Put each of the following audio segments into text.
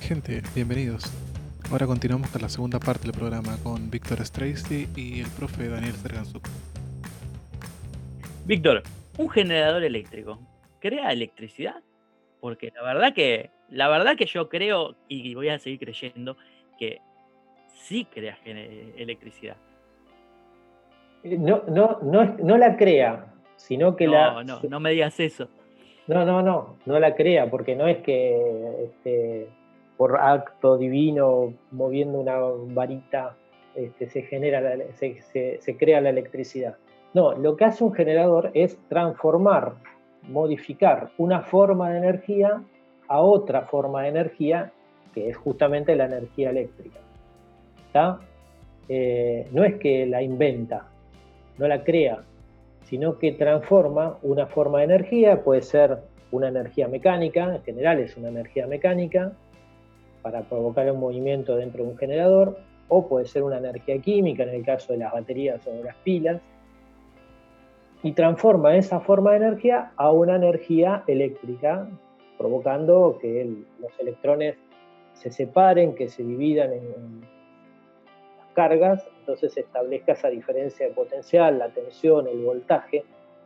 Gente, bienvenidos. Ahora continuamos con la segunda parte del programa con Víctor Stracy y el profe Daniel Serganzuk. Víctor, un generador eléctrico, ¿crea electricidad? Porque la verdad que yo creo, y voy a seguir creyendo, que sí crea electricidad. No la crea, sino que No me digas eso. No la crea, porque no es que por acto divino, moviendo una varita, se crea la electricidad. No, lo que hace un generador es transformar, modificar una forma de energía a otra forma de energía, que es justamente la energía eléctrica. ¿Está? No es que la inventa, no la crea, sino que transforma una forma de energía, puede ser una energía mecánica, en general es una energía mecánica, para provocar un movimiento dentro de un generador, o puede ser una energía química, en el caso de las baterías o de las pilas, y transforma esa forma de energía a una energía eléctrica, provocando que los electrones se separen, que se dividan en cargas, entonces se establezca esa diferencia de potencial, la tensión, el voltaje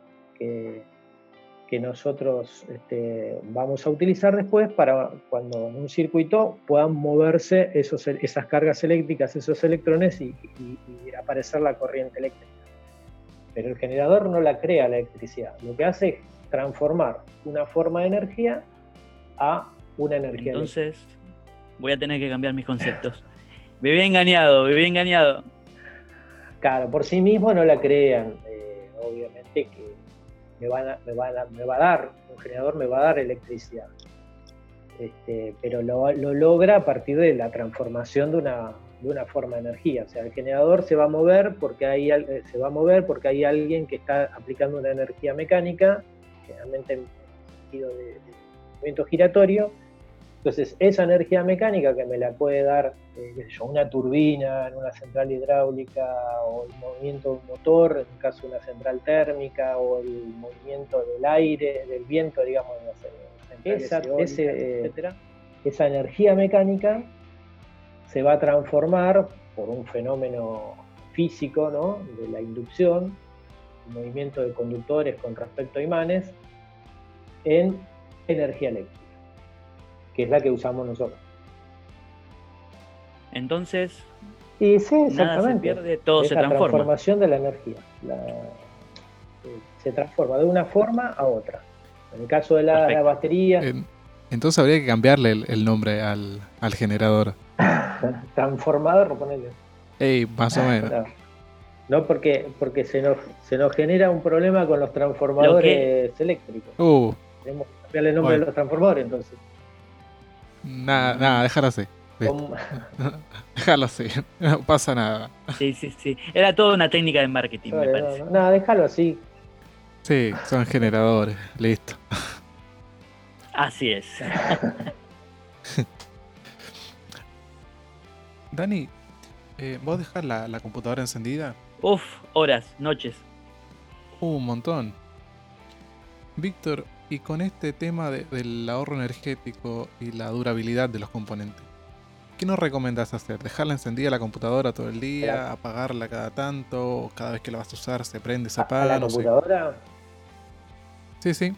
que nosotros vamos a utilizar después para cuando en un circuito puedan moverse esas cargas eléctricas, esos electrones y aparecer la corriente eléctrica. Pero el generador no la crea la electricidad, lo que hace es transformar una forma de energía a una energía Entonces, eléctrica. voy a tener que cambiar mis conceptos. Viví engañado. Claro, por sí mismo no la crean. Obviamente que me va a dar, un generador me va a dar electricidad. Pero lo logra a partir de la transformación de una forma de energía. O sea, el generador se va a mover porque hay alguien que está aplicando una energía mecánica, generalmente en sentido de movimiento giratorio. Entonces, esa energía mecánica que me la puede dar una turbina en una central hidráulica, o el movimiento de un motor en el caso de una central térmica, o el movimiento del aire, del viento, digamos, en las centrales eólicas, etcétera. Esa energía mecánica se va a transformar por un fenómeno físico, ¿no?, de la inducción, el movimiento de conductores con respecto a imanes, en energía eléctrica, que es la que usamos nosotros. Entonces, y sí, nada se pierde, todo se transforma. La transformación de la energía. Se transforma de una forma a otra. En el caso de la batería... Entonces habría que cambiarle el nombre al generador. Transformador, ponele. Más o menos. No, porque se nos genera un problema con los transformadores eléctricos. Tenemos que cambiarle el nombre de los transformadores, entonces. Nada, déjalo así. Déjalo así, no pasa nada. Sí. Era toda una técnica de marketing, me parece. No, déjalo así. Sí, son generadores, listo. Así es. Dani, ¿vos dejás la computadora encendida? Horas, noches. Un montón. Víctor, y con este tema del ahorro energético y la durabilidad de los componentes, ¿qué nos recomendás hacer? ¿Dejarla encendida la computadora todo el día? ¿Apagarla cada tanto? ¿O cada vez que la vas a usar se prende, se apaga? ¿A la computadora? Sí.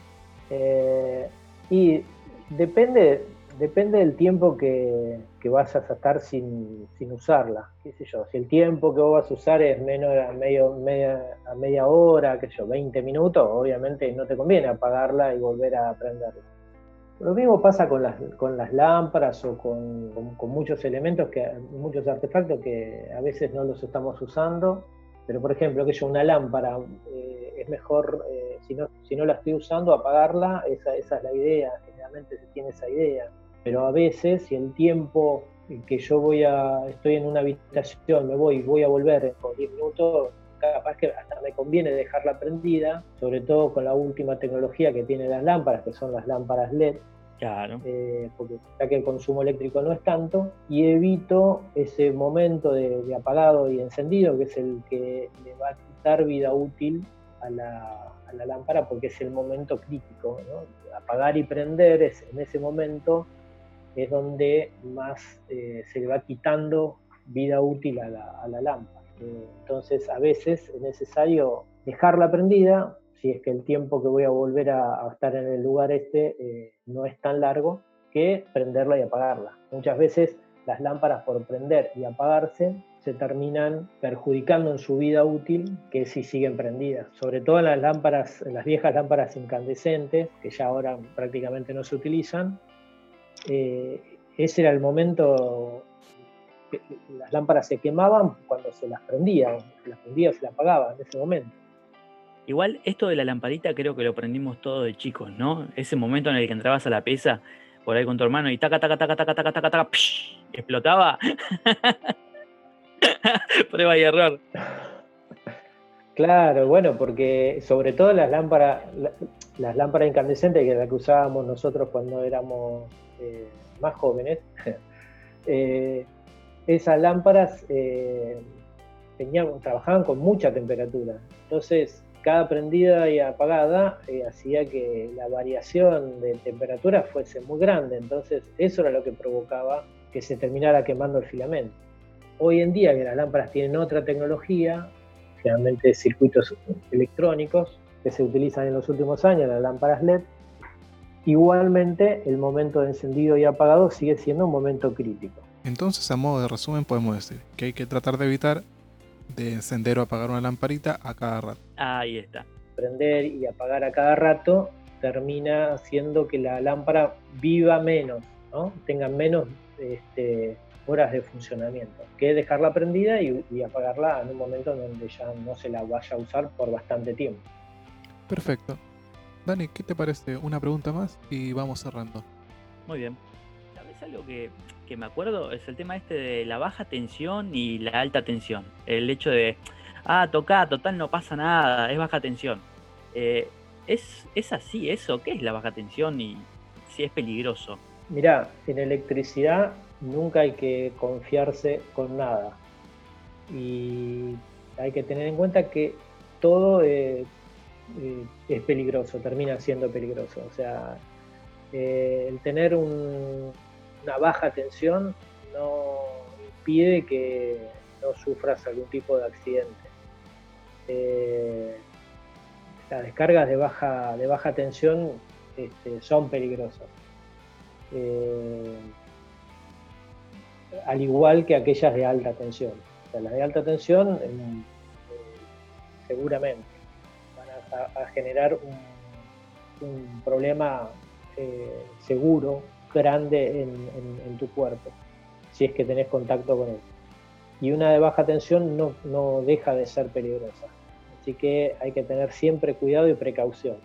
Y depende del tiempo que vas a estar sin usarla, qué sé yo. Si el tiempo que vos vas a usar es menos a media hora, qué sé yo, 20 minutos, obviamente no te conviene apagarla y volver a prenderla. Lo mismo pasa con las lámparas o con muchos elementos, muchos artefactos que a veces no los estamos usando. Pero, por ejemplo, una lámpara, es mejor, si no la estoy usando, apagarla. Esa es la idea, generalmente se tiene esa idea. Pero a veces, si el tiempo que yo estoy en una habitación, voy a volver con 10 minutos, capaz que hasta me conviene dejarla prendida, sobre todo con la última tecnología que tienen las lámparas, que son las lámparas LED. Claro. Porque ya que el consumo eléctrico no es tanto, y evito ese momento de apagado y encendido, que es el que le va a quitar vida útil a la lámpara, porque es el momento crítico, ¿no? Apagar y prender en ese momento es donde más se le va quitando vida útil a la lámpara. Entonces a veces es necesario dejarla prendida, si es que el tiempo que voy a volver a estar en el lugar no es tan largo, que prenderla y apagarla. Muchas veces las lámparas, por prender y apagarse, se terminan perjudicando en su vida útil que si siguen prendidas. Sobre todo en las viejas lámparas incandescentes, que ya ahora prácticamente no se utilizan, ese era el momento que las lámparas se quemaban cuando se las prendía, se las apagaba en ese momento. Igual esto de la lamparita creo que lo aprendimos todos de chicos, ¿no? Ese momento en el que entrabas a la pieza por ahí con tu hermano y taca, taca, taca, taca, taca, taca, taca, psh, explotaba. Prueba y error. Claro, bueno, porque sobre todo las lámparas incandescentes, que es la que usábamos nosotros cuando éramos más jóvenes, esas lámparas trabajaban con mucha temperatura. Entonces, cada prendida y apagada hacía que la variación de temperatura fuese muy grande. Entonces, eso era lo que provocaba que se terminara quemando el filamento. Hoy en día, que las lámparas tienen otra tecnología, generalmente circuitos electrónicos que se utilizan en los últimos años, las lámparas LED, igualmente el momento de encendido y apagado sigue siendo un momento crítico. Entonces, a modo de resumen, podemos decir que hay que tratar de evitar de encender o apagar una lamparita a cada rato. Ahí está. Prender y apagar a cada rato termina haciendo que la lámpara viva menos, ¿no? Tenga menos horas de funcionamiento, que dejarla prendida y apagarla en un momento en donde ya no se la vaya a usar por bastante tiempo. Perfecto. Dani, ¿qué te parece? Una pregunta más y vamos cerrando. Muy bien. ¿Sabes algo que me acuerdo? Es el tema de la baja tensión y la alta tensión. El hecho de, toca, total, no pasa nada, es baja tensión. ¿Es así eso? ¿Qué es la baja tensión y si es peligroso? Mirá, en electricidad nunca hay que confiarse con nada. Y hay que tener en cuenta que todo es peligroso, termina siendo peligroso. O sea, el tener una baja tensión no impide que no sufras algún tipo de accidente. Las descargas de baja tensión son peligrosas. Al igual que aquellas de alta tensión. O sea, las de alta tensión seguramente van a generar un problema seguro, grande en tu cuerpo, si es que tenés contacto con él. Y una de baja tensión no deja de ser peligrosa. Así que hay que tener siempre cuidado y precaución.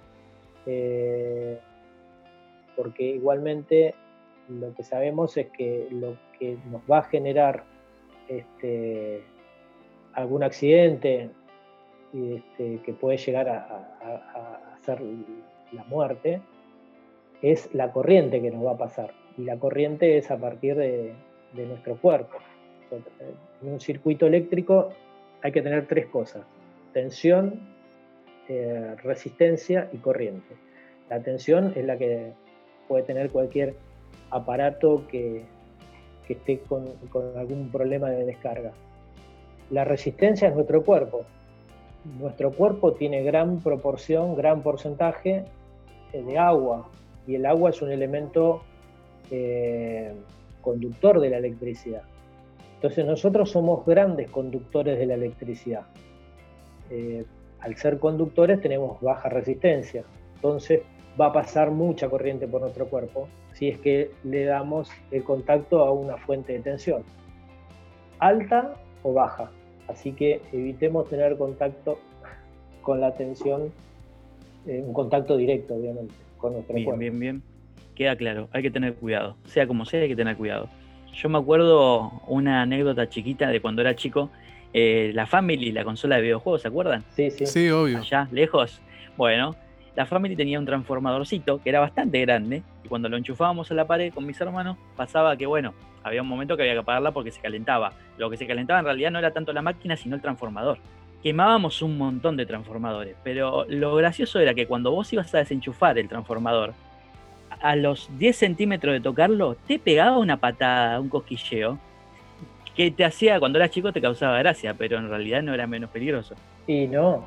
Porque igualmente lo que sabemos es que lo que nos va a generar algún accidente que puede llegar a ser la muerte es la corriente que nos va a pasar, y la corriente es a partir de nuestro cuerpo. En un circuito eléctrico hay que tener 3 cosas: tensión, resistencia y corriente. La tensión es la que puede tener cualquier aparato que esté con algún problema de descarga. La resistencia es nuestro cuerpo. Nuestro cuerpo tiene gran porcentaje de agua, y el agua es un elemento conductor de la electricidad. Entonces nosotros somos grandes conductores de la electricidad. Al ser conductores tenemos baja resistencia, entonces va a pasar mucha corriente por nuestro cuerpo si es que le damos el contacto a una fuente de tensión, alta o baja. Así que evitemos tener contacto con la tensión, un contacto directo, obviamente, con nuestro cuerpo. Bien. Queda claro, hay que tener cuidado. Sea como sea, hay que tener cuidado. Yo me acuerdo una anécdota chiquita de cuando era chico, la Family, la consola de videojuegos, ¿se acuerdan? Sí, obvio. Allá, lejos. Bueno, la Family tenía un transformadorcito que era bastante grande, y cuando lo enchufábamos a la pared con mis hermanos, pasaba que, había un momento que había que apagarla porque se calentaba. Lo que se calentaba en realidad no era tanto la máquina, sino el transformador. Quemábamos un montón de transformadores, pero lo gracioso era que cuando vos ibas a desenchufar el transformador, a los 10 centímetros de tocarlo, te pegaba una patada, un cosquilleo, que te hacía, cuando eras chico te causaba gracia, pero en realidad no era menos peligroso. Y no.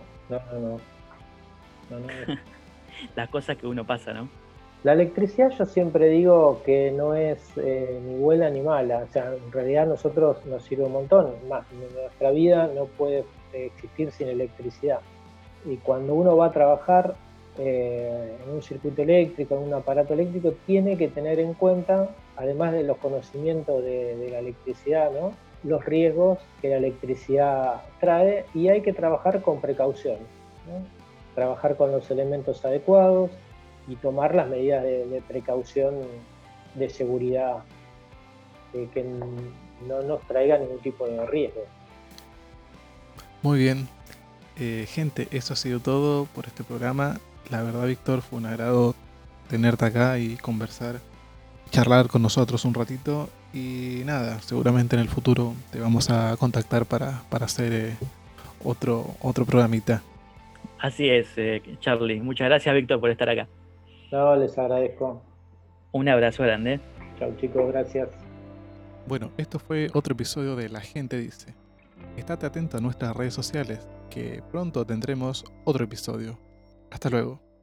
Las cosas que uno pasa, ¿no? La electricidad yo siempre digo que no es ni buena ni mala, o sea, en realidad a nosotros nos sirve un montón, más, nuestra vida no puede existir sin electricidad. Y cuando uno va a trabajar en un circuito eléctrico, en un aparato eléctrico, tiene que tener en cuenta, además de los conocimientos de la electricidad, ¿no?, los riesgos que la electricidad trae, y hay que trabajar con precaución, ¿no? Trabajar con los elementos adecuados y tomar las medidas de precaución, de seguridad, que no nos traiga ningún tipo de riesgo. Muy bien. Gente, eso ha sido todo por este programa. La verdad, Víctor, fue un agrado tenerte acá y conversar, charlar con nosotros un ratito. Y nada, seguramente en el futuro te vamos a contactar para hacer otro programita. Así es, Charlie. Muchas gracias, Víctor, por estar acá. No, les agradezco. Un abrazo grande. Chau, chicos, gracias. Bueno, esto fue otro episodio de La Gente Dice. Estate atento a nuestras redes sociales, que pronto tendremos otro episodio. Hasta luego.